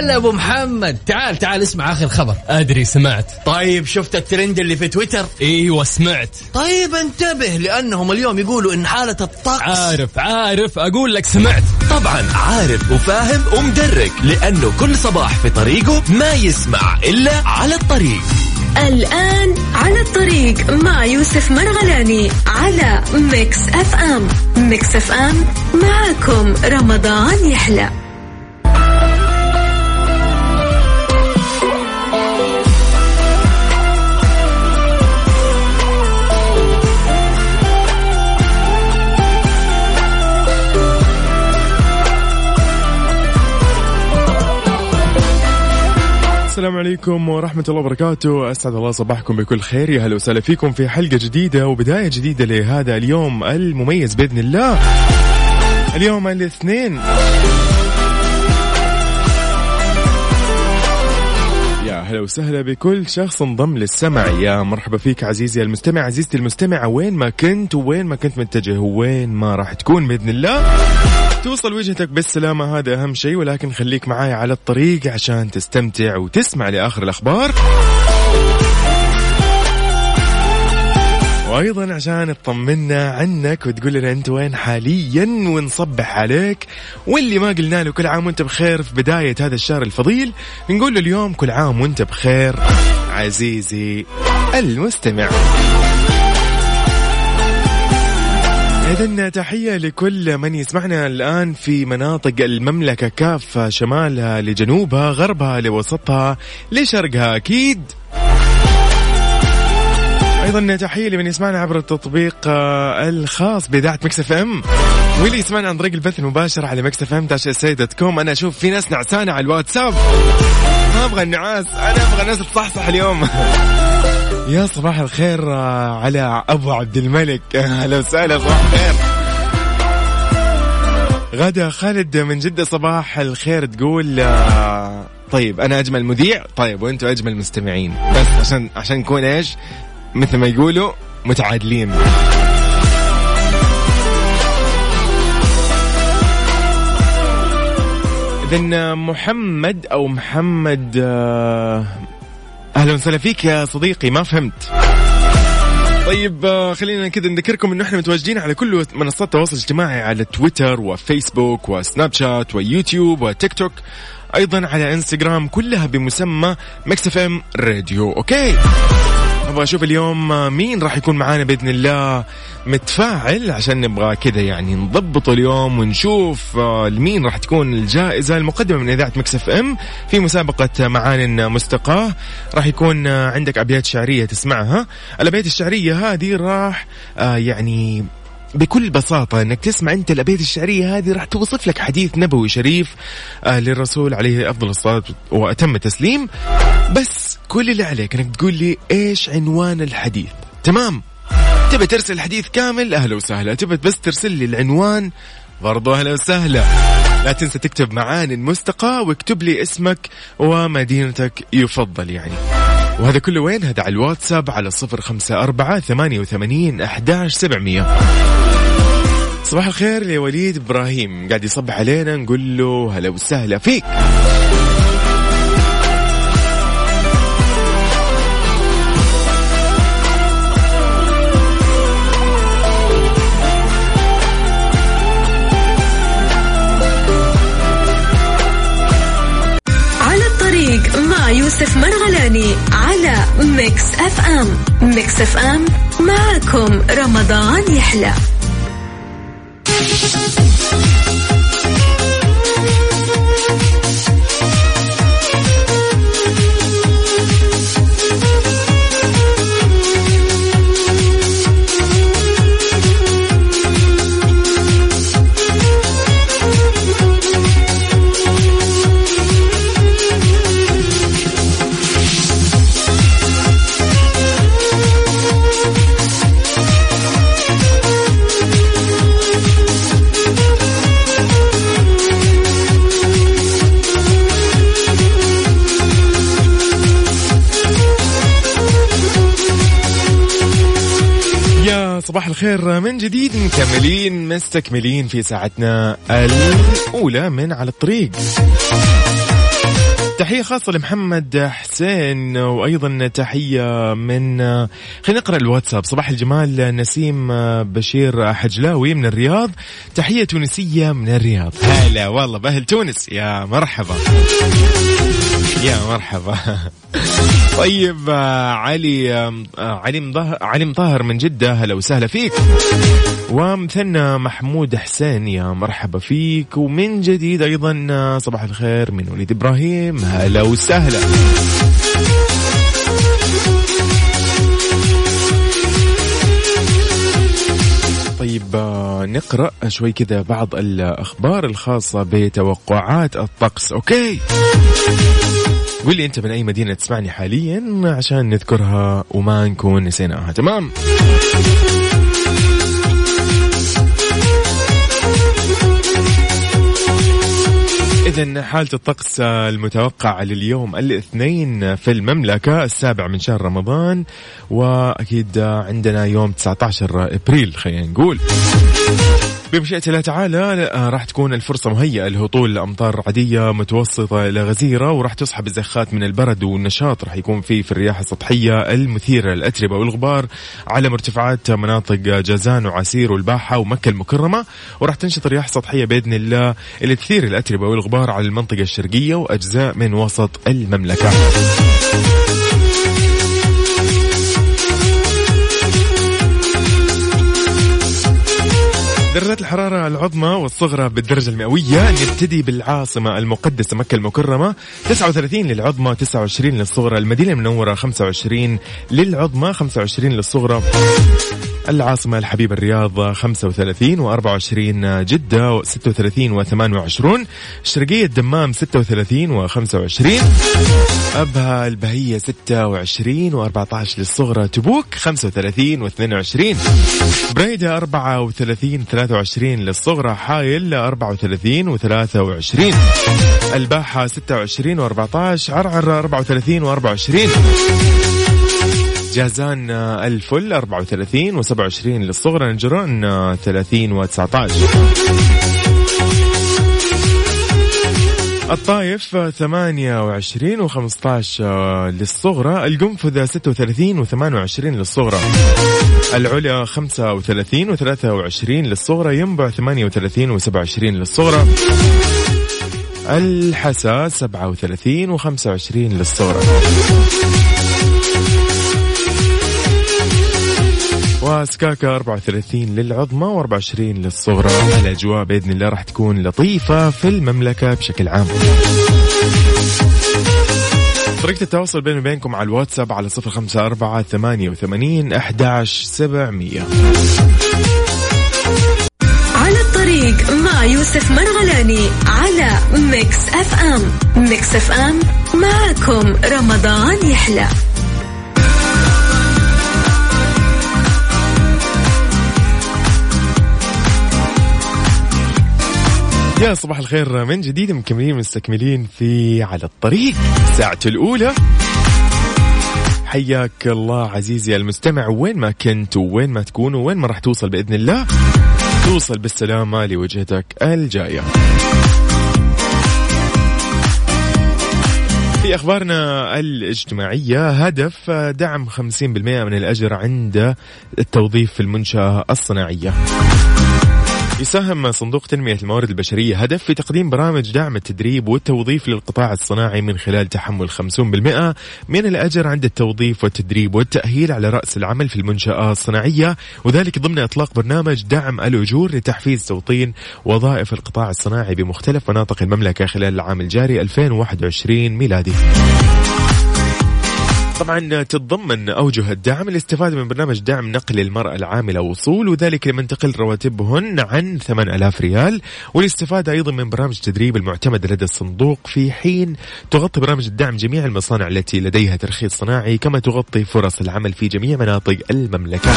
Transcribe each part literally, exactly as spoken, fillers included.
هلا ابو محمد، تعال تعال اسمع اخر خبر. ادري سمعت. طيب شفت الترند اللي في تويتر؟ ايوه سمعت. طيب انتبه لانهم اليوم يقولوا ان حالة الطقس. عارف عارف اقول لك سمعت. طبعا عارف وفاهم ومدرك، لانه كل صباح في طريقه ما يسمع الا على الطريق. الآن على الطريق مع يوسف مرغلاني على ميكس اف ام. ميكس اف ام معكم رمضان يحلى. السلام عليكم ورحمة الله وبركاته. أسعد الله صباحكم بكل خير. يا هلا وسهلا فيكم في حلقة جديدة وبداية جديدة لهذا اليوم المميز بإذن الله، اليوم الاثنين. يا هلا وسهلا بكل شخص انضم للسمع. يا مرحبا فيك عزيزي المستمع، عزيزتي المستمعة، وين ما كنت وين ما كنت متجه وين ما راح تكون بإذن الله توصل وجهتك بالسلامة، هذا أهم شيء. ولكن خليك معاي على الطريق عشان تستمتع وتسمع لآخر الأخبار، وأيضا عشان تطمنا عنك وتقول لنا أنت وين حاليا ونصبح عليك. واللي ما قلنا له كل عام وانت بخير في بداية هذا الشهر الفضيل، نقول له اليوم كل عام وانت بخير عزيزي المستمع. إذن تحية لكل من يسمعنا الآن في مناطق المملكة كافة، شمالها لجنوبها، غربها لوسطها، لشرقها أكيد. أيضا تحية لمن يسمعنا عبر التطبيق الخاص بإذاعة ميكس اف ام، واللي يسمعنا عن طريق البث المباشر على ميكس اف ام داش اس اي دوت كوم. أنا أشوف في ناس نعسانة على الواتساب، ما أبغى النعاس، أنا أبغى ناس تصحصح اليوم. يا صباح الخير على أبو عبد الملك، أهلا وسهلا، صباح الخير. غدا خالد من جدة، صباح الخير. تقول طيب أنا أجمل مذيع، طيب وأنتوا أجمل مستمعين، بس عشان عشان نكون إيش مثل ما يقولوا متعادلين. إذن محمد أو محمد، أهلا وسهلا فيك يا صديقي، ما فهمت. طيب خلينا كده نذكركم إنه إحنا متواجدين على كل منصات التواصل الاجتماعي، على تويتر وفيسبوك وسناب شات ويوتيوب وتيك توك، أيضا على إنستغرام، كلها بمسمى ميكس اف ام راديو. أوكي، أبغى أشوف اليوم مين راح يكون معانا بإذن الله متفاعل، عشان نبغى كده يعني نضبط اليوم ونشوف لمين راح تكون الجائزة المقدمة من إذاعة ميكس اف ام في مسابقة معان مستقاة. راح يكون عندك أبيات شعرية تسمعها. الأبيات الشعرية هذه راح آه يعني بكل بساطة انك تسمع انت الابيات الشعرية هذه راح توصف لك حديث نبوي شريف آه للرسول عليه افضل الصلاة واتم التسليم. بس كل اللي عليك انك تقول لي ايش عنوان الحديث. تمام؟ تبي ترسل الحديث كامل اهلا وسهلا، تبي بس ترسل لي العنوان برضو اهلا وسهلا. لا تنسى تكتب معان مستقى واكتب لي اسمك ومدينتك يفضل يعني. وهذا كله وين؟ هذا على الواتساب على صفر خمسة أربعة ثمانية وثمانين أحداش سبعمية. صباح الخير لوليد إبراهيم قاعد يصبح علينا، نقول له هلا وسهلا فيك. مع يوسف مرغلاني على ميكس اف ام. ميكس اف ام معكم رمضان يحلى. صباح الخير من جديد، مكملين مستكملين في ساعتنا الأولى من على الطريق. تحية خاصة لمحمد حسين، وأيضا تحية من خلينا نقرأ الواتساب. صباح الجمال، نسيم بشير حجلاوي من الرياض، تحية تونسية من الرياض. هلا والله بأهل تونس، يا مرحبا يا مرحبا. طيب علي علي مظهر علي مطهر من جدة، هلا وسهلا فيك. ومثنى محمود حسين، يا مرحبا فيك. ومن جديد أيضا صباح الخير من وليد إبراهيم، هلا وسهلا. طيب نقرأ شوي كذا بعض الأخبار الخاصة بتوقعات الطقس. أوكي، قول لي أنت من أي مدينة تسمعني حاليا عشان نذكرها وما نكون نسيناها. تمام؟ إذن حالة الطقس المتوقع لليوم الاثنين في المملكة، السابع من شهر رمضان، وأكيد عندنا يوم تسعة عشر أبريل. خلينا نقول بمشيئة الله تعالى راح تكون الفرصة مهيئة لهطول أمطار عادية متوسطة إلى غزيرة، وراح تصحب الزخات من البرد، والنشاط راح يكون فيه في الرياح السطحية المثيرة للأتربة والغبار على مرتفعات مناطق جازان وعسير والباحة ومكة المكرمة، وراح تنشط الرياح السطحية بإذن الله اللي تثير الأتربة والغبار على المنطقة الشرقية وأجزاء من وسط المملكة. درجات الحرارة العظمى والصغرى بالدرجة المئوية، نبتدي بالعاصمة المقدسة مكة المكرمة تسعة وثلاثين للعظمى، تسعة وعشرين للصغرى. المدينة المنورة خمسة وعشرين للعظمى، خمسة وعشرين للصغرى. العاصمة الحبيبة الرياض خمسة وثلاثين وأربعة وعشرين، جدة ستة وثلاثين وثمان وعشرون، الشرقية الدمام ستة وثلاثين وخمسة وعشرين، أبها البهية ستة وعشرين وأربعة عشر للصغرى، تبوك خمسة وثلاثين واثنين وعشرين، بريدة أربعة وثلاثين ثلاثة وعشرين للصغرى، حائل أربعة وثلاثين وثلاثة وعشرين، الباحة ستة وعشرين وأربعة عشر، عرعر أربعة وثلاثين وأربعة وعشرين، جازان الفل أربعة وثلاثين وسبعة وعشرين للصغرى، نجران ثلاثين وتسعة عشر، الطائف ثمانية وعشرين وخمسة عشر للصغرى، القنفذة ستة وثلاثين وثمان وعشرين للصغرى، العلا خمسة وثلاثين وثلاثة وعشرين للصغرى، ينبع ثمانية وثلاثين وسبعة وعشرين للصغرى، الحسا سبعة وثلاثين وخمسة وعشرين للصغرى، وسكاكا أربعة وثلاثين للعظمى وأربعة وعشرين للصغرى. الأجواء بإذن الله راح تكون لطيفة في المملكة بشكل عام. طريقة التواصل بيني وبينكم على الواتساب على صفر خمسة أربعة ثمانية وثمانين أحد عشر سبعمية. على الطريق مع يوسف مرغلاني على ميكس أف أم. ميكس أف أم معكم رمضان يحلى. يا صباح الخير من جديد، مكملين مستكملين في على الطريق ساعته الأولى. حياك الله عزيزي المستمع، وين ما كنت وين ما تكون وين ما راح توصل بإذن الله توصل بالسلامة لوجهتك الجاية. في أخبارنا الاجتماعية، هدف دعم خمسين بالمئة من الأجر عند التوظيف في المنشأة الصناعية. يساهم صندوق تنمية الموارد البشرية هدف في تقديم برامج دعم التدريب والتوظيف للقطاع الصناعي من خلال تحمل خمسين بالمئة من الأجر عند التوظيف والتدريب والتأهيل على رأس العمل في المنشآت الصناعية، وذلك ضمن إطلاق برنامج دعم الأجور لتحفيز توطين وظائف القطاع الصناعي بمختلف مناطق المملكة خلال العام الجاري ألفين وواحد وعشرين ميلادي. طبعا تتضمن أوجه الدعم الاستفادة من برنامج دعم نقل المرأة العاملة وصول، وذلك لمن تقل رواتبهن عن ثمانية آلاف ريال، والاستفادة أيضا من برامج تدريب المعتمد لدى الصندوق، في حين تغطي برامج الدعم جميع المصانع التي لديها ترخيص صناعي، كما تغطي فرص العمل في جميع مناطق المملكة.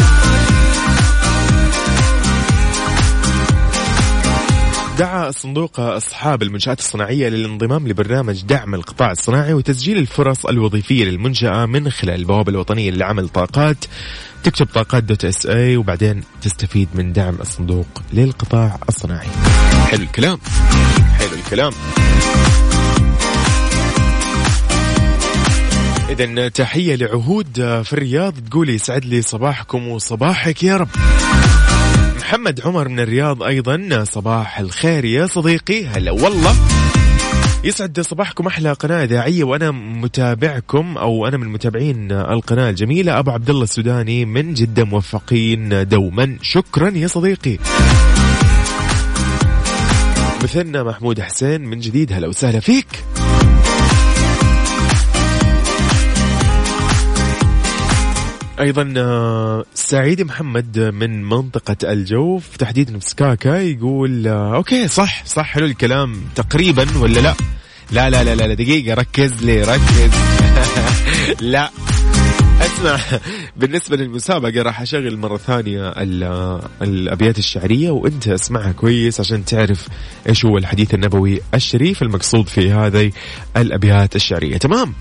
دعا الصندوق أصحاب المنشآت الصناعية للانضمام لبرنامج دعم القطاع الصناعي وتسجيل الفرص الوظيفية للمنشأة من خلال البوابة الوطنية لعمل طاقات. تكتب طاقات دوت اس اي وبعدين تستفيد من دعم الصندوق للقطاع الصناعي. حلو الكلام، حلو الكلام. إذن تحية لعهود في الرياض، تقولي يسعد لي صباحكم وصباحك يا رب. محمد عمر من الرياض أيضا صباح الخير يا صديقي، هلا والله، يسعد صباحكم، أحلى قناة إذاعية وأنا متابعكم أو أنا من متابعين القناة الجميلة. أبو عبد الله السوداني من جدة، موفقين دوما، شكرا يا صديقي. مثلنا محمود حسين من جديد، هلا وسهلا فيك. أيضا سعيد محمد من منطقة الجوف تحديدا في سكاكا يقول أوكي صح صح حلو الكلام تقريبا ولا لا؟ لا لا لا لا دقيقة، ركز لي ركز. لا اسمع، بالنسبة للمسابقة راح أشغل مرة ثانية الأبيات الشعرية وأنت اسمعها كويس عشان تعرف إيش هو الحديث النبوي الشريف المقصود في هذه الأبيات الشعرية. تمام؟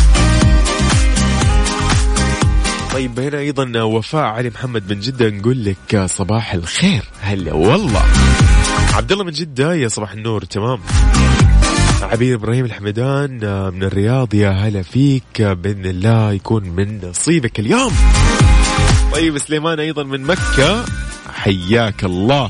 طيب هنا أيضا وفاء علي محمد من جدة نقول لك صباح الخير، هلا والله. عبد الله من جدة يا صباح النور. تمام. عبير إبراهيم الحمدان من الرياض يا هلا فيك، بإذن الله يكون من نصيبك اليوم. طيب سليمان أيضا من مكة حياك الله.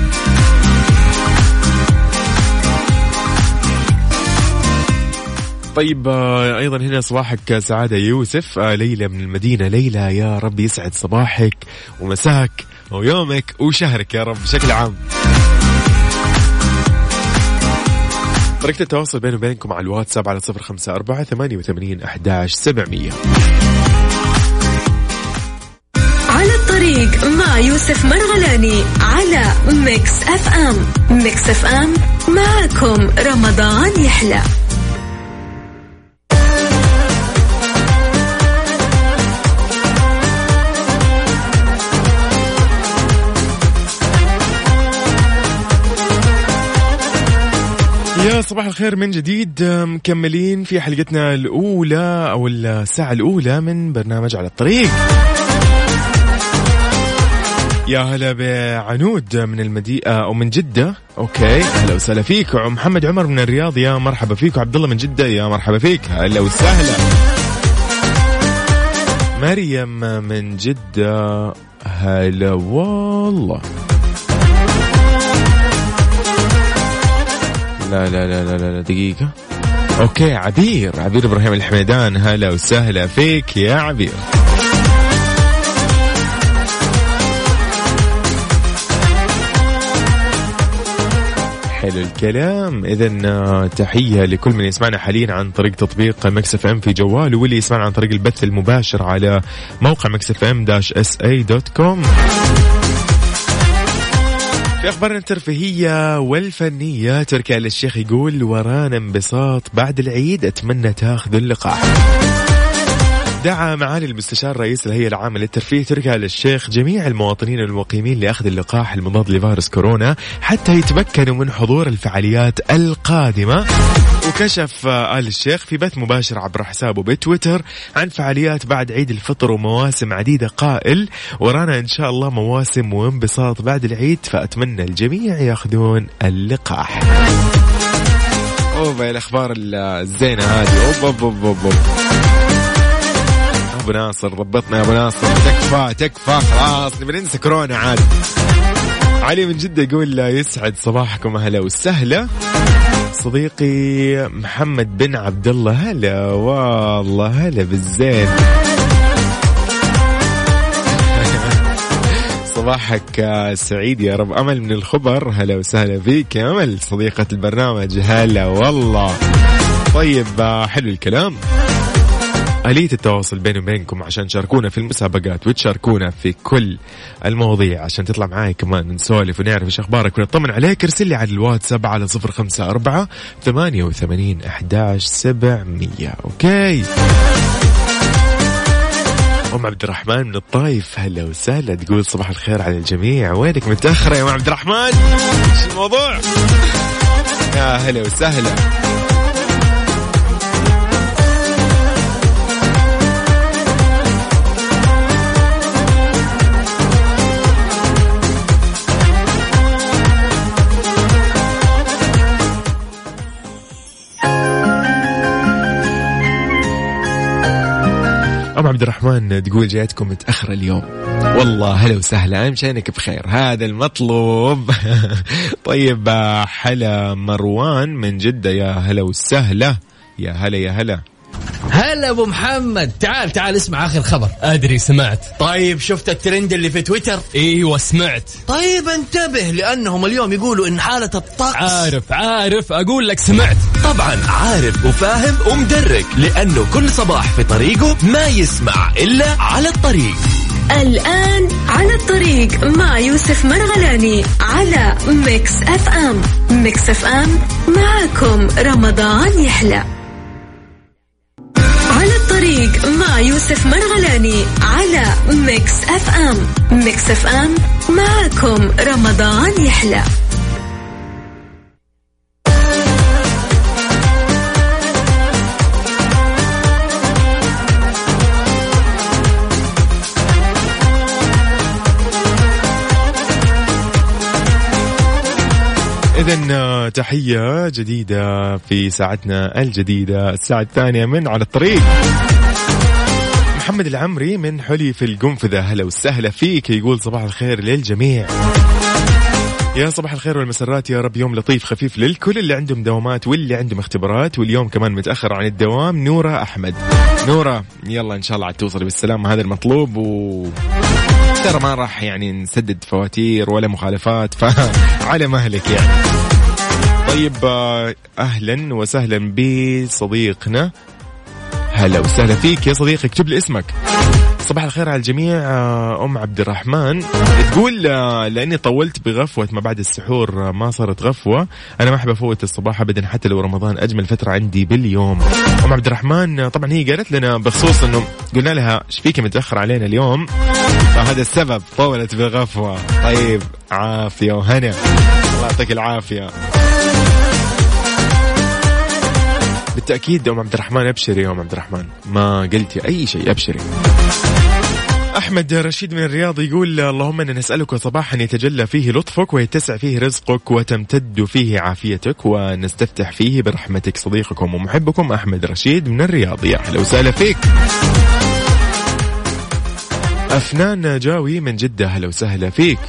طيب أيضا هنا صباحك سعادة يوسف. ليلى من المدينة، ليلى يا رب يسعد صباحك ومساك ويومك وشهرك يا رب بشكل عام. طريقة التواصل بيني وبينكم على الواتساب على صفر خمسة أربعة ثمانية وثمانين أحداش سبعمية. على الطريق مع يوسف مرغلاني على ميكس اف ام. ميكس اف ام معكم رمضان يحلى. يا صباح الخير من جديد، مكملين في حلقتنا الأولى أو الساعة الأولى من برنامج على الطريق. يا هلا بعنود من المدينة أو من جدة، أوكي هلا وسهلا فيك. ومحمد عمر من الرياض يا مرحبا فيك. وعبد الله من جدة يا مرحبا فيك، هلا وسهلا. مريم من جدة هلا والله. لا لا لا لا لا دقيقة، أوكي عبير عبير إبراهيم الحميدان هلا وسهلا فيك يا عبير. حلو الكلام. إذن تحية لكل من يسمعنا حاليا عن طريق تطبيق ميكس اف ام في جواله، واللي يسمعنا عن طريق البث المباشر على موقع ميكس اف ام داش اس اي دوت كوم. في أخبارنا الترفيهية والفنية، تركي آل الشيخ يقول ورانا انبساط بعد العيد، أتمنى تاخذ اللقاح. دعا معالي المستشار رئيس الهيئة العامة للترفيه تركي آل الشيخ جميع المواطنين المقيمين لأخذ اللقاح المضاد لفيروس كورونا حتى يتمكنوا من حضور الفعاليات القادمة. وكشف آل الشيخ في بث مباشر عبر حسابه بتويتر عن فعاليات بعد عيد الفطر ومواسم عديدة قائل ورانا إن شاء الله مواسم وانبساط بعد العيد، فأتمنى الجميع يأخذون اللقاح. أوه الأخبار الزينة هذه. أوب أوب أوب أوب. أبو ناصر ضبطنا يا أبو ناصر، تكفى تكفى خلاص نبي ننسى كورونا عاد. علي من جدة يقول يسعد صباحكم هلا وسهلا. صديقي محمد بن عبد الله هلا والله هلا بالزين. صباحك سعيد يا رب. أمل من الخبر هلا وسهلا فيك يا أمل صديقة البرنامج هلا والله. طيب حلو الكلام. آلية التواصل بيني وبينكم عشان تشاركونا في المسابقات وتشاركونا في كل المواضيع عشان تطلع معاي كمان نسولف ونعرف ايش اخبارك ونطمن عليك. ارسل لي على الواتساب على صفر خمسة أربعة ثمانية وثمانين أحداش سبعمية. اوكي. أم عبد الرحمن من الطايف هلا وسهلا تقول صباح الخير على الجميع. وينك متأخرة يا أم عبد الرحمن؟ ايش الموضوع؟ يا هلا وسهلا. أم عبد الرحمن تقول جايتكم متأخرة اليوم، والله هلا وسهلا، مشانك بخير، هذا المطلوب. طيب حلا مروان من جدة، يا هلا وسهلا، يا هلا يا هلا. هلا ابو محمد، تعال تعال اسمع اخر خبر. ادري سمعت. طيب شفت الترند اللي في تويتر؟ ايوه سمعت. طيب انتبه لانهم اليوم يقولوا ان حالة الطقس. عارف عارف اقول لك سمعت. طبعا عارف وفاهم ومدرك، لانه كل صباح في طريقه ما يسمع الا على الطريق. الآن على الطريق مع يوسف مرغلاني على ميكس اف ام. ميكس اف ام معكم رمضان يحلى. على الطريق مع يوسف مرغلاني على ميكس اف ام. ميكس اف ام معكم رمضان يحلى. إذن تحية جديدة في ساعتنا الجديدة، الساعة الثانية من على الطريق. محمد العمري من حلي في القنفذة، هلا وسهلا فيك، يقول صباح الخير للجميع. يا صباح الخير والمسرات، يا رب يوم لطيف خفيف للكل اللي عندهم دوامات واللي عندهم اختبارات واليوم كمان متأخر عن الدوام. نورة أحمد. نورة يلا إن شاء الله توصلي بالسلامة، هذا المطلوب، و ترى ما راح يعني نسدد فواتير ولا مخالفات، فعلى مهلك يعني. طيب أهلا وسهلا بصديقنا، هلا وسهلا فيك يا صديقي، اكتب لي اسمك. صباح الخير على الجميع. أم عبد الرحمن تقول لأني طولت بغفوة ما بعد السحور ما صارت غفوة، أنا ما أحب أفوت الصباح أبدا حتى لو رمضان، أجمل فترة عندي باليوم. أم عبد الرحمن طبعا هي قالت لنا بخصوص أنه قلنا لها إيش فيك متأخر علينا اليوم، فهذا السبب طولت بغفوة. طيب عافية وهنا، الله يعطيك العافية. بالتأكيد أم عبد الرحمن أبشري، يا أم عبد الرحمن ما قلتي أي شيء، أبشري. أحمد رشيد من الرياض يقول اللهم إننا نسألك صباحا يتجلى فيه لطفك ويتسع فيه رزقك وتمتد فيه عافيتك ونستفتح فيه برحمتك. صديقكم ومحبكم أحمد رشيد من الرياض، يا أهلا وسهلا فيك. أفنان جاوي من جدة، هلا وسهلا فيك.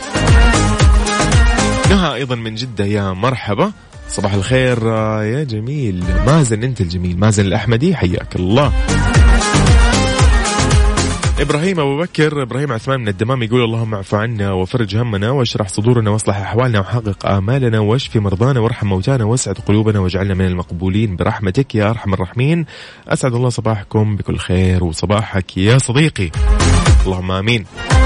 نهى أيضا من جدة، يا مرحبا، صباح الخير يا جميل. مازن أنت الجميل، مازن الأحمدي، حياك الله. إبراهيم أبو بكر، إبراهيم عثمان من الدمام يقول اللهم اعف عنا وفرج همنا واشرح صدورنا واصلح أحوالنا وحقق آمالنا واشف مرضانا وارحم موتانا واسعد قلوبنا واجعلنا من المقبولين برحمتك يا أرحم الراحمين. أسعد الله صباحكم بكل خير وصباحك يا صديقي، اللهم آمين.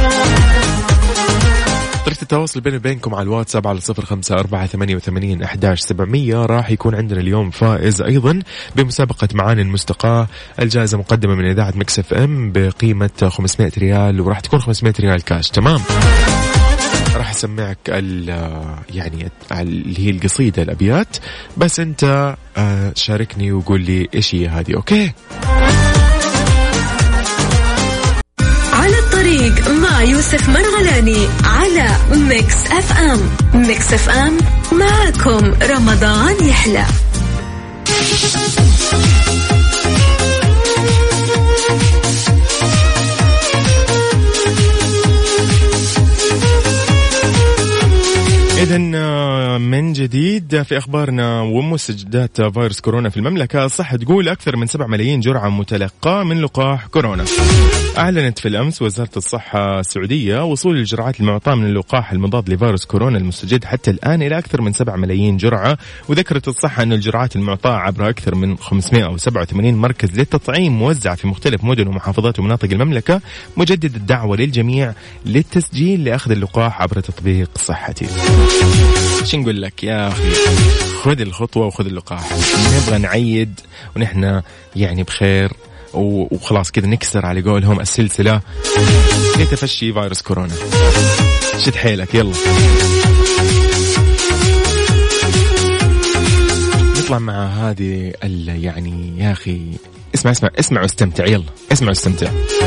طريقة التواصل بيني وبينكم على الواتساب على صفر خمسة أربعة ثمانية وثمانين أحداش سبعمية. راح يكون عندنا اليوم فائز أيضا بمسابقة معاني المستقاة، الجائزة مقدمة من إذاعة ميكس اف ام بقيمة خمسمائة ريال، وراح تكون خمسمائة ريال كاش. تمام، راح أسمعك يعني اللي هي القصيدة الأبيات، بس أنت شاركني وقول لي إيش هي هذه. أوكي، على الطريق مع يوسف مرغلاني على ميكس اف ام. ميكس اف ام معكم رمضان يحلى. إذن من جديد في أخبارنا ومستجدات فيروس كورونا في المملكة، الصحة تقول أكثر من سبعة ملايين جرعة متلقاة من لقاح كورونا. أعلنت في الأمس وزارة الصحة السعودية وصول الجرعات المعطاة من اللقاح المضاد لفيروس كورونا المستجد حتى الآن إلى أكثر من سبعة ملايين جرعة. وذكرت الصحة أن الجرعات المعطاة عبر أكثر من خمسمائة وسبعة وثمانين مركز للتطعيم موزع في مختلف مدن ومحافظات ومناطق المملكة، مجدد الدعوة للجميع للتسجيل لأخذ اللقاح عبر تطبيق صحتي. شو نقول لك يا أخي، خذ الخطوة وخذ اللقاح، نبغى نعيد ونحن يعني بخير وخلاص كذا نكسر على قولهم السلسلة لتفشي فيروس كورونا. شد حيلك، يلا نطلع مع هذه يعني يا أخي. اسمع اسمع اسمع واستمتع، يلا اسمع واستمتع.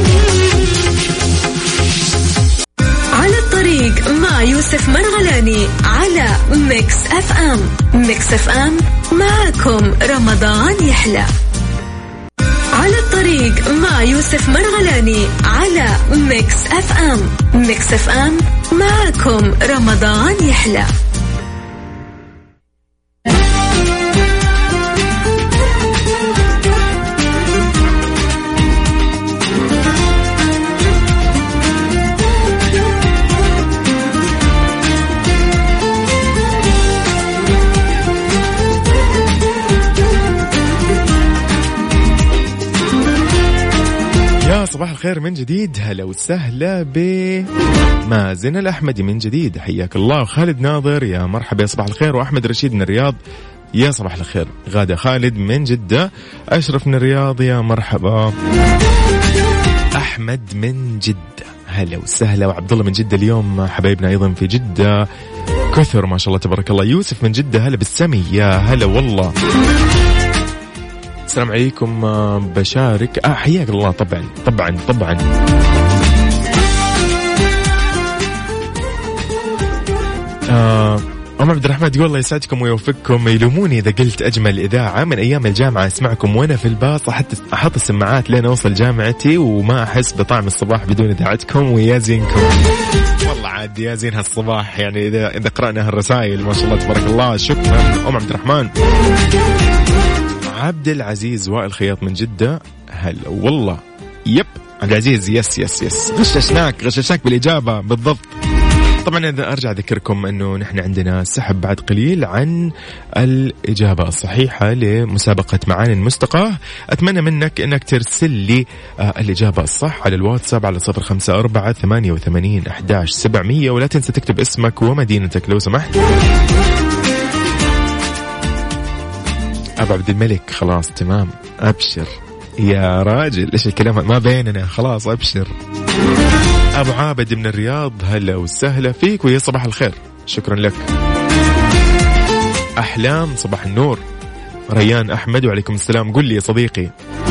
على الطريق مع يوسف مرغلاني على ميكس اف ام. ميكس اف ام معكم رمضان يحلى. على الطريق مع يوسف مرغلاني على ميكس اف ام. ميكس اف ام معكم رمضان يحلى. صباح الخير من جديد، هلا وسهلا بمازن الأحمدي من جديد، حياك الله. خالد ناظر يا مرحبا، يا صباح الخير. وأحمد رشيد من الرياض يا صباح الخير. غادة خالد من جدة. أشرف من الرياض يا مرحبا. أحمد من جدة هلا وسهلا. وعبد الله من جدة اليوم حبايبنا أيضا في جدة كثر ما شاء الله تبارك الله. يوسف من جدة هلا بالسمي يا هلا والله. السلام عليكم. بشارك آه حياك الله. طبعا طبعا طبعا آه أم عبد الرحمن تقول الله يسعدكم ويوفقكم. يلوموني إذا قلت أجمل إذاعة من أيام الجامعة أسمعكم وأنا في الباص، أحط أحط السماعات لين أوصل جامعتي وما أحس بطعم الصباح بدون إذاعتكم. ويا زينكم والله عاد يا زين هالصباح، يعني إذا إذا قرأنا هالرسائل ما شاء الله تبارك الله. شكرا أم عبد الرحمن. عبد العزيز وائل خياط من جدة هلا والله. يب عبد العزيز يس يس يس غششناك غششناك بالإجابة بالضبط. طبعا إذا أرجع أذكركم أنه نحن عندنا سحب بعد قليل عن الإجابة الصحيحة لمسابقة معان مستقاة. أتمنى منك أنك ترسل لي آه الإجابة الصح على الواتساب على صفر خمسة أربعة ثمانية وثمانين أحداش سبعمية، ولا تنسى تكتب اسمك ومدينتك لو سمحت. أبو عبد الملك خلاص تمام أبشر يا راجل، إيش الكلام ما بيننا خلاص أبشر. أبو عابد من الرياض هلا وسهلا فيك ويا صباح الخير. شكرا لك. أحلام صباح النور. ريان أحمد وعليكم السلام. قل لي يا صديقي.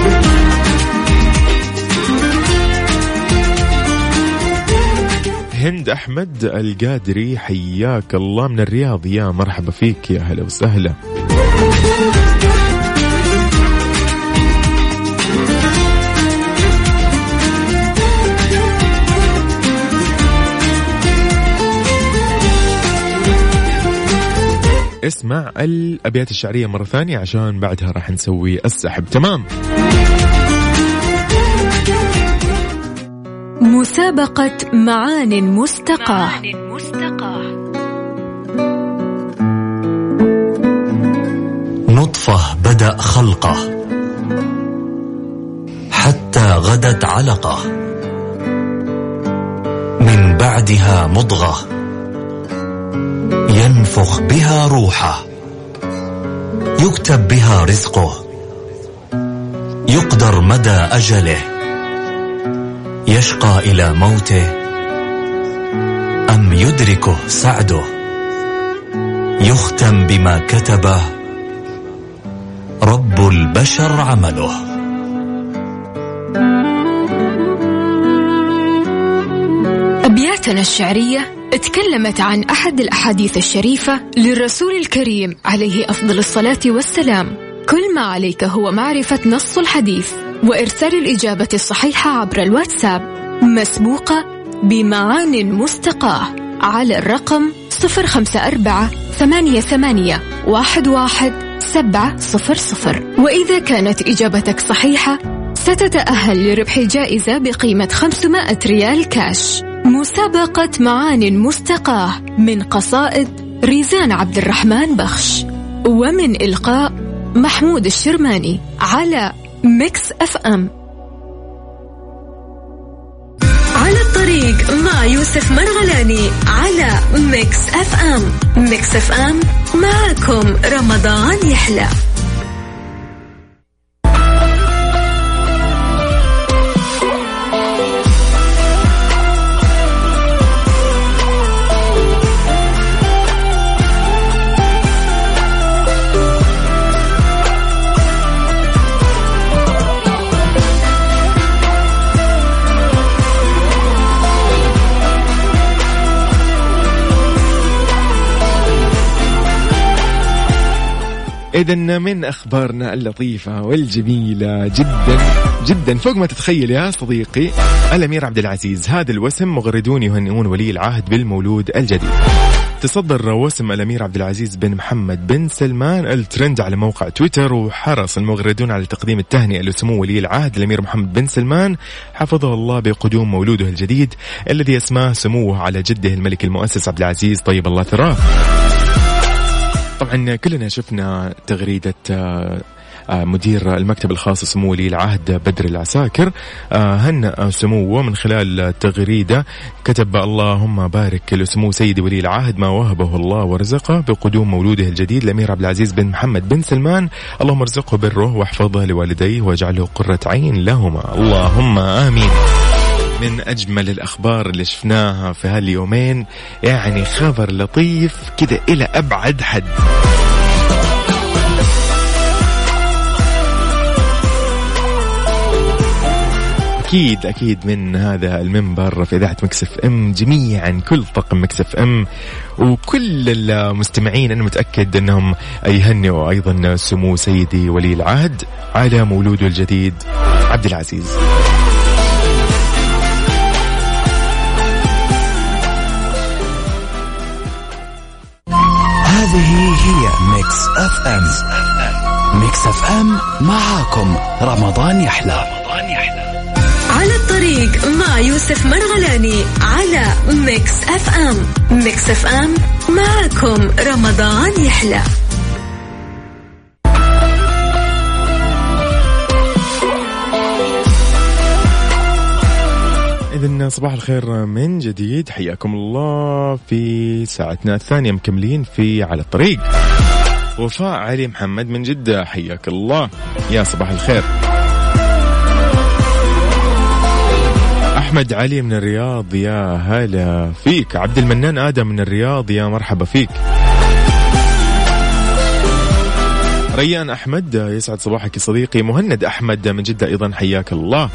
هند أحمد القادري حياك الله من الرياض يا مرحبا فيك يا هلا وسهلا. اسمع الأبيات الشعرية مرة ثانية عشان بعدها راح نسوي السحب. تمام. مسابقة معان مستقاة. نطفة بدأ خلقه حتى غدت علقة، من بعدها مضغة ينفخ بها روحه، يكتب بها رزقه، يقدر مدى أجله، يشقى إلى موته أم يدركه سعده، يختم بما كتبه رب البشر عمله. أبياتنا الشعرية تكلمت عن أحد الأحاديث الشريفة للرسول الكريم عليه أفضل الصلاة والسلام. كل ما عليك هو معرفة نص الحديث وإرسال الإجابة الصحيحة عبر الواتساب مسبوقة بمعان مستقاة على الرقم صفر خمسة أربعة ثمانية ثمانية واحد واحد سبعة صفر صفر. وإذا كانت إجابتك صحيحة ستتأهل لربح جائزة بقيمة خمسمائة ريال كاش. مسابقة معان مستقاة من قصائد ريزان عبد الرحمن بخش ومن إلقاء محمود الشرماني على ميكس أف أم. على الطريق مع يوسف مرغلاني على ميكس أف أم. ميكس أف أم معكم رمضان يحلى. إذن من أخبارنا اللطيفة والجميلة جدا جدا فوق ما تتخيل يا صديقي، الأمير عبد العزيز هذا الوسم مغردون يهنئون ولي العهد بالمولود الجديد. تصدر وسم الأمير عبد العزيز بن محمد بن سلمان الترند على موقع تويتر، وحرص المغردون على تقديم التهنئة لسمو ولي العهد الأمير محمد بن سلمان حفظه الله بقدوم مولوده الجديد الذي اسماه سموه على جده الملك المؤسس عبد العزيز طيب الله ثراه. طبعا كلنا شفنا تغريدة مدير المكتب الخاص سمو ولي العهد بدر العساكر هنأ سموه من خلال تغريدة كتب: اللهم بارك لسمو سيدي ولي العهد ما وهبه الله ورزقه بقدوم مولوده الجديد الأمير عبد العزيز بن محمد بن سلمان، اللهم ارزقه بره واحفظه لوالديه واجعله قرة عين لهما، اللهم آمين. من أجمل الأخبار اللي شفناها في هاليومين، يعني خبر لطيف كده إلى أبعد حد. أكيد أكيد من هذا المنبر في إذاعة مكس اف ام جميعا كل طاقم مكس اف ام وكل المستمعين أنا متأكد أنهم يهنئوا أيضا سمو سيدي ولي العهد على مولوده الجديد عبد العزيز. هذه هي ميكس اف ام. ميكس اف ام معاكم رمضان يحلى. على الطريق مع يوسف مرغلاني على ميكس اف ام. ميكس اف ام معاكم رمضان يحلى. إذن صباح الخير من جديد، حياكم الله في ساعتنا الثانية مكملين في على الطريق. وفاء علي محمد من جدة حياك الله، يا صباح الخير. أحمد علي من الرياض يا هلا فيك. عبد المنان آدم من الرياض يا مرحبا فيك. ريان أحمد يسعد صباحك صديقي. مهند أحمد من جدة أيضا حياك الله.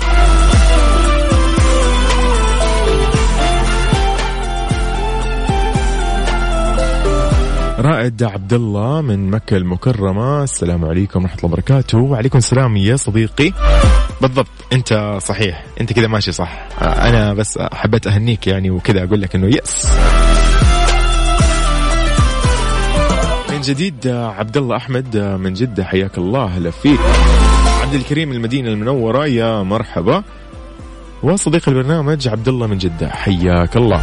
رائد عبد الله من مكة المكرمة، السلام عليكم ورحمة الله وبركاته. وعليكم السلام يا صديقي. بالضبط أنت صحيح، أنت كذا ماشي صح، أنا بس حبيت أهنيك يعني وكذا أقول لك إنه يس. من جديد عبد الله أحمد من جدة حياك الله، هلا فيك. عبد الكريم المدينة المنورة يا مرحبا. وصديق البرنامج عبد الله من جدة حياك الله.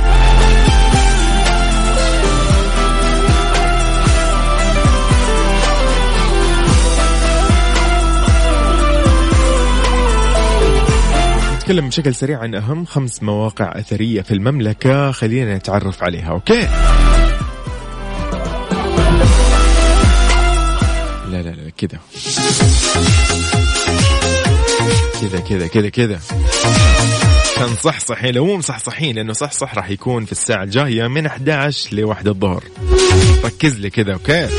نتكلم بشكل سريع عن أهم خمس مواقع أثرية في المملكة، خلينا نتعرف عليها. أوكي. لا لا لا كذا كذا كذا كذا كذا كان صح صحين، لو مو مصحصحين لأنه صح صح راح يكون في الساعة الجاية من أحد عشر لواحدة الظهر. ركز لي كذا أوكي،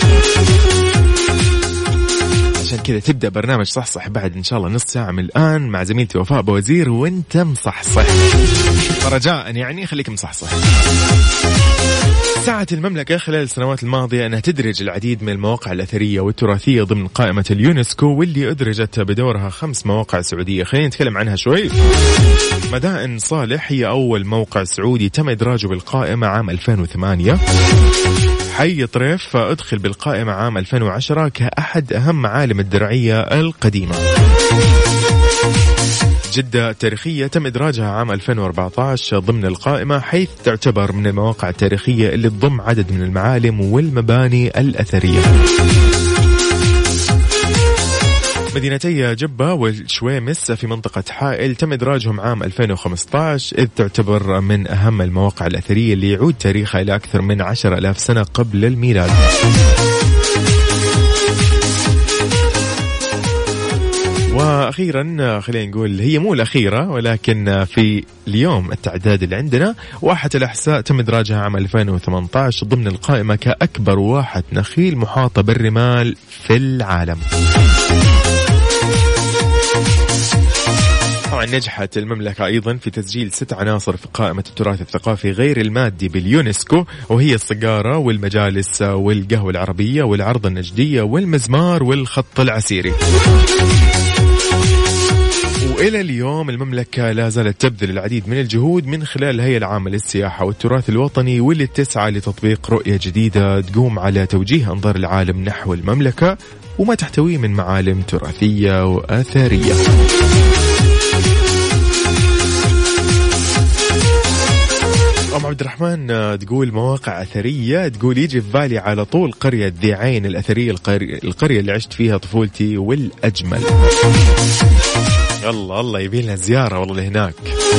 عشان كذا تبدأ برنامج صح صح بعد إن شاء الله نص ساعة من الآن مع زميلتي وفاء بوزير وانت مصحصح، فرجاء يعني خليك مصحصح. ساعة المملكة خلال السنوات الماضية أنها تدرج العديد من المواقع الأثرية والتراثية ضمن قائمة اليونسكو، واللي أدرجت بدورها خمس مواقع سعودية. خلينا نتكلم عنها شوي. مدائن صالح هي أول موقع سعودي تم إدراجه بالقائمة عام ألفين وثمانية. حي طريف أدخل بالقائمة عام ألفين وعشرة كأحد أهم معالم الدرعية القديمة. جدة التاريخية تم إدراجها عام ألفين وأربعة عشر ضمن القائمة، حيث تعتبر من المواقع التاريخية اللي تضم عدد من المعالم والمباني الأثرية. مدينتي جبة والشويمس في منطقة حائل تم إدراجهم عام ألفين وخمسة عشر، إذ تعتبر من أهم المواقع الأثرية اللي يعود تاريخها إلى أكثر من عشر آلاف سنة قبل الميلاد. وأخيرا خلينا نقول هي مو الأخيرة ولكن في اليوم التعداد اللي عندنا، واحة الأحساء تم إدراجها عام ألفين وثمانية عشر ضمن القائمة كأكبر واحة نخيل محاطة بالرمال في العالم. طبعا نجحت المملكة أيضا في تسجيل ست عناصر في قائمة التراث الثقافي غير المادي باليونسكو، وهي السجارة والمجالس والقهوة العربية والعرض النجدية والمزمار والخط العسيري. وإلى اليوم المملكة لا زالت تبذل العديد من الجهود من خلال الهيئة العامة للسياحة والتراث الوطني، واللي تسعى لتطبيق رؤية جديدة تقوم على توجيه أنظار العالم نحو المملكة وما تحتويه من معالم تراثية وآثارية. أم عبد الرحمن تقول مواقع أثرية، تقول يجي في بالي على طول قرية ذي عين الأثرية، القرية اللي عشت فيها طفولتي والأجمل. الله الله يبين لها زيارة والله لهناك.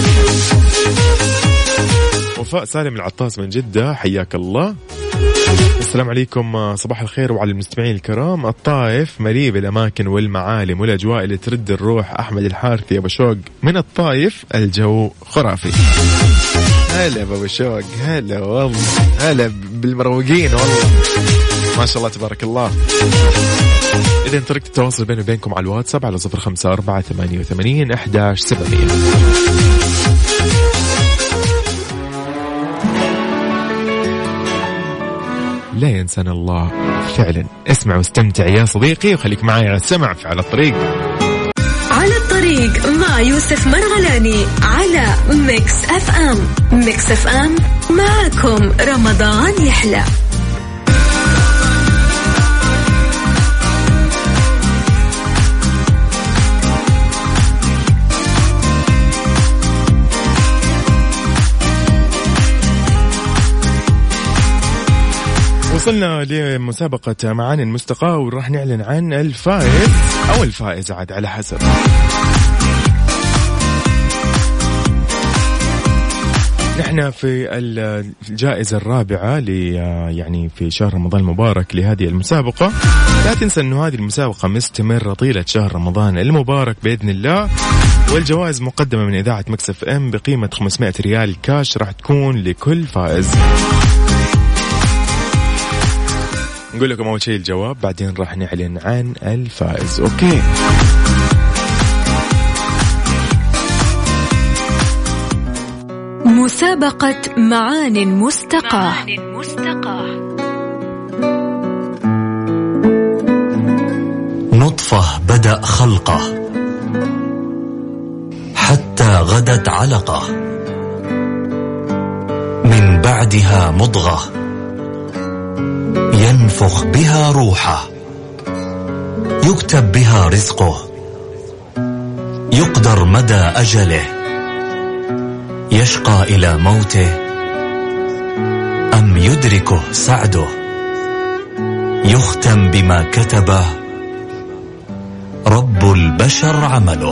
وفاء سالم العطاس من جدة، حياك الله. السلام عليكم، صباح الخير وعلى المستمعين الكرام. الطائف مليء بالأماكن والمعالم والأجواء اللي ترد الروح. أحمد الحارثي أبو شوق من الطائف، الجو خرافي. هلا أبو شوق، هلا والله، هلا بالمروقين والله، ما شاء الله تبارك الله. إذا طريقة التواصل بيني وبينكم على الواتساب على صفر خمسة أربعة ثمانية وثمانين أحد عشر سبعمية. لا ينسانا الله فعلا. اسمع واستمتع يا صديقي، وخليك معي على السمع في على الطريق. على الطريق مع يوسف مرغلاني على ميكس اف ام. ميكس اف ام معكم رمضان يحلى. وصلنا لمسابقة معاني المستقاة، وراح نعلن عن الفائز أو الفائز عاد على حسب. نحن في الجائزة الرابعة ل يعني في شهر رمضان المبارك لهذه المسابقة. لا تنسى أنه هذه المسابقة مستمرة طيلة شهر رمضان المبارك بإذن الله، والجوائز مقدمة من إذاعة مكس اف ام بقيمة خمسمائة ريال كاش راح تكون لكل فائز. نقول لكم أول شيء الجواب، بعدين راح نعلن عن الفائز. أوكي، مسابقة معان مستقاة. نطفة بدأ خلقه حتى غدت علقة، من بعدها مضغة ينفخ بها روحه، يكتب بها رزقه، يقدر مدى أجله، يشقى إلى موته أم يدركه سعده، يختم بما كتبه رب البشر عمله.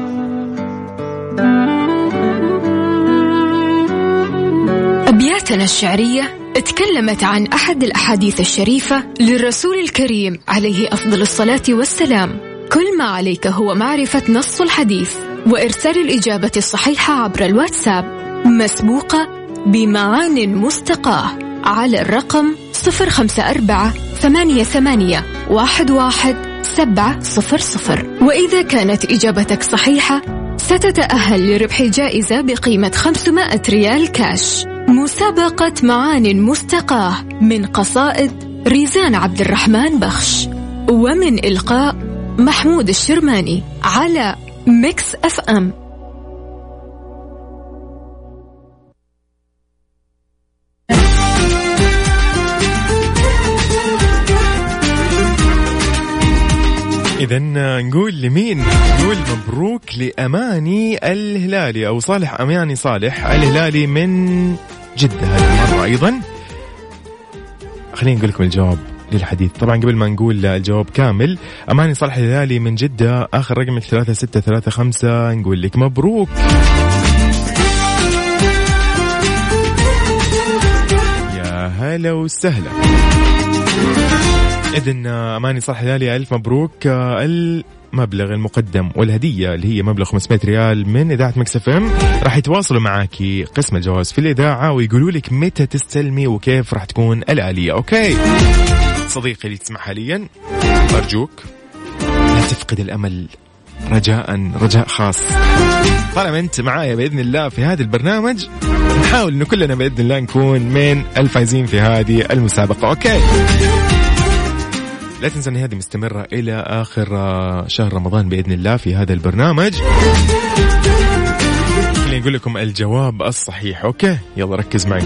أبياتنا الشعرية تكلمت عن أحد الأحاديث الشريفة للرسول الكريم عليه أفضل الصلاة والسلام. كل ما عليك هو معرفة نص الحديث وإرسال الإجابة الصحيحة عبر الواتساب، مسبوقة بمعان مستقاة على الرقم صفر خمسة أربعة ثمانية ثمانية واحد واحد سبعة صفر صفر. وإذا كانت إجابتك صحيحة ستتأهل لربح جائزة بقيمة خمسمائة ريال كاش. مسابقة معان مستقاة من قصائد ريزان عبد الرحمن بخش، ومن إلقاء محمود الشرماني على ميكس اف ام. إذن نقول لمين؟ نقول مبروك لأماني الهلالي أو صالح أماني صالح الهلالي من جدة هذه المرة أيضا. خلينا نقول لكم الجواب للحديث. طبعا قبل ما نقول الجواب كامل، أماني صالح الهلالي من جدة، آخر رقمك ثلاثة ستة ثلاثة خمسة، نقول لك مبروك. يا هلا وسهلا. إذن أماني صالح الهلالي ألف مبروك. المبلغ المقدم والهدية اللي هي مبلغ خمسمائة ريال من إذاعة مكس اف ام راح يتواصلوا معاكي قسم الجواز في الإذاعة ويقولوا لك متى تستلمي وكيف راح تكون الآلية. أوكي صديقي اللي تسمع حاليا، أرجوك لا تفقد الأمل رجاء رجاء خاص، طالما أنت معايا بإذن الله في هذا البرنامج نحاول إنه كلنا بإذن الله نكون من الفائزين في هذه المسابقة. أوكي، لا تنسى أن هذه مستمرة إلى آخر شهر رمضان بإذن الله في هذا البرنامج. خليني أقول لكم الجواب الصحيح. أوكي يلا ركز معي.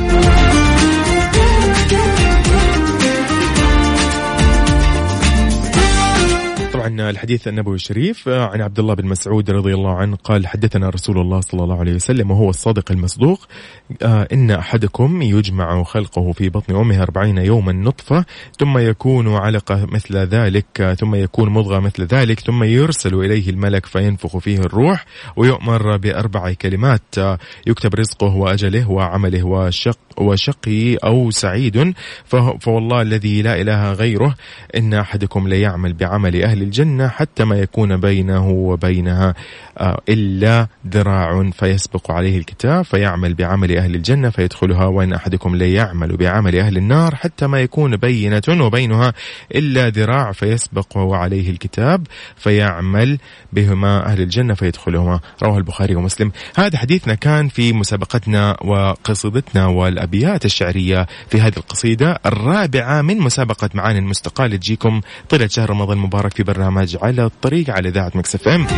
طبعا الحديث النبوي الشريف عن عبد الله بن مسعود رضي الله عنه قال حدثنا رسول الله صلى الله عليه وسلم وهو الصادق المصدوق إن أحدكم يجمع خلقه في بطن أمه أربعين يوما نطفة ثم يكون علقة مثل ذلك ثم يكون مضغة مثل ذلك ثم يرسل إليه الملك فينفخ فيه الروح ويؤمر بأربع كلمات يكتب رزقه وأجله وعمله وشق وشقي أو سعيد فوالله الذي لا إله غيره إن أحدكم ليعمل بعمل أهل الجنة حتى ما يكون بينه وبينها إلا ذراع فيسبق عليه الكتاب فيعمل بعمل أهل الجنة فيدخلها وإن أحدكم ليعمل بعمل أهل النار حتى ما يكون بينة وبينها إلا ذراع فيسبق عليه الكتاب فيعمل بهما أهل الجنة فيدخلهما. رواه البخاري ومسلم. هذا حديثنا كان في مسابقتنا وقصيدتنا والأبيات الشعرية في هذه القصيدة الرابعة من مسابقة معاني المستقال تجيكم طيلة شهر رمضان المبارك في برنامج على الطريق على إذاعة ميكس اف ام.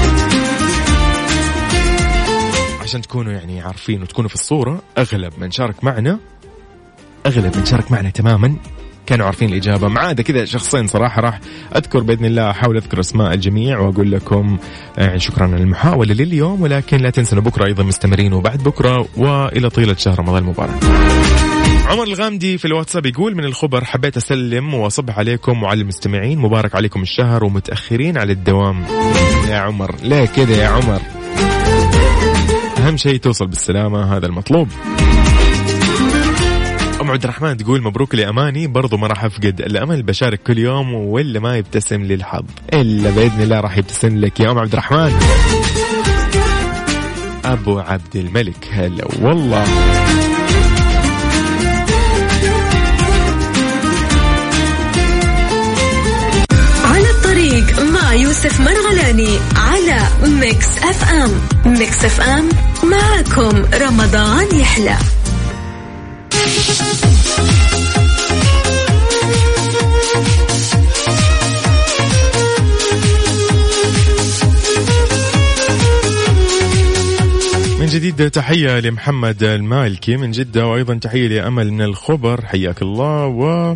عشان تكونوا يعني عارفين وتكونوا في الصورة، أغلب من شارك معنا أغلب من شارك معنا تماما كانوا عارفين الإجابة، ما عدا كذا شخصين صراحة راح أذكر بإذن الله، أحاول أذكر أسماء الجميع وأقول لكم يعني شكرا على المحاولة لليوم، ولكن لا تنسوا بكرة أيضا مستمرين وبعد بكرة وإلى طيلة شهر رمضان المبارك. عمر الغامدي في الواتساب يقول من الخبر حبيت أسلم وأصبح عليكم وعلى المستمعين، مبارك عليكم الشهر ومتأخرين على الدوام. يا عمر ليه كده يا عمر؟ أهم شيء توصل بالسلامة، هذا المطلوب. أم عبد الرحمن تقول مبروك لأماني، برضو ما راح أفقد الأمل، بشارك كل يوم ولا ما يبتسم للحظ إلا بإذن الله راح يبتسم لك يا أم عبد الرحمن. أبو عبد الملك هلا والله. على الطريق مع يوسف مرغلاني على ميكس اف ام. ميكس اف ام معكم رمضان يحلى. من جديد تحية لمحمد المالكي من جدة، وأيضا تحية لأمل من الخبر، حياك الله. و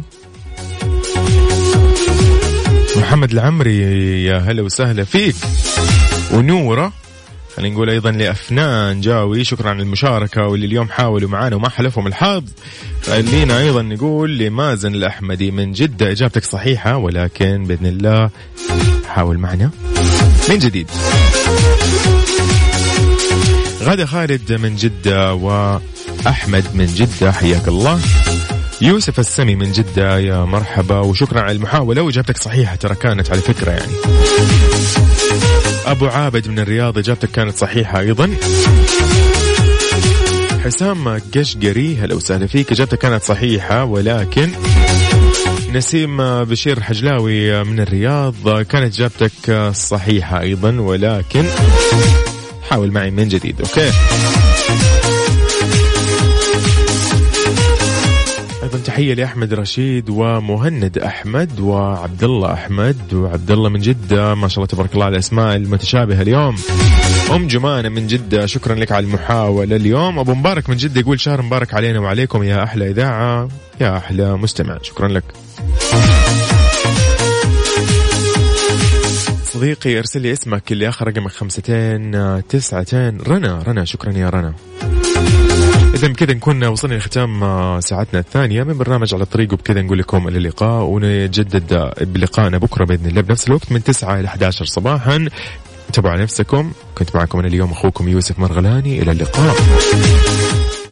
محمد العمري يا هلا وسهلا فيك. ونورة خلينا نقول أيضا لأفنان جاوي شكرا على المشاركة، واللي اليوم حاولوا معانا وما حلفهم الحظ. خلينا أيضا نقول لمازن الأحمدي من جدة إجابتك صحيحة، ولكن بإذن الله حاول معنا من جديد. غادة خالد من جدة وأحمد من جدة حياك الله. يوسف السمي من جدة يا مرحبا وشكرا على المحاولة وإجابتك صحيحة، ترى كانت على فكرة يعني. أبو عابد من الرياض إجابتك كانت صحيحة أيضا. حسام قشقري هلا وسهلا فيك، إجابتك كانت صحيحة، ولكن نسيم بشير حجلاوي من الرياض كانت إجابتك صحيحة أيضا، ولكن حاول معي من جديد. أوكي أيضا تحية لأحمد رشيد ومهند أحمد وعبد الله أحمد وعبد الله من جدة، ما شاء الله تبارك الله على الأسماء المتشابهة اليوم. أم جمانة من جدة شكرا لك على المحاولة اليوم. أبو مبارك من جدة يقول شهر مبارك علينا وعليكم يا أحلى إذاعة يا أحلى مستمع، شكرا لك صديقي. ارسل لي اسمك اللي آخر رقمك خمستين تسعتين. رنا رنا شكرا يا رنا. إذا بكذا نكون وصلنا لختام ساعتنا الثانية من برنامج على الطريق، وبكذا نقول لكم إلى اللقاء، ونجدد بلقائنا بكرة بإذن الله بنفس الوقت من تسعة إلى أحد عشر صباحا. تابعوا نفسكم، كنت معكم أنا اليوم أخوكم يوسف مرغلاني، إلى اللقاء.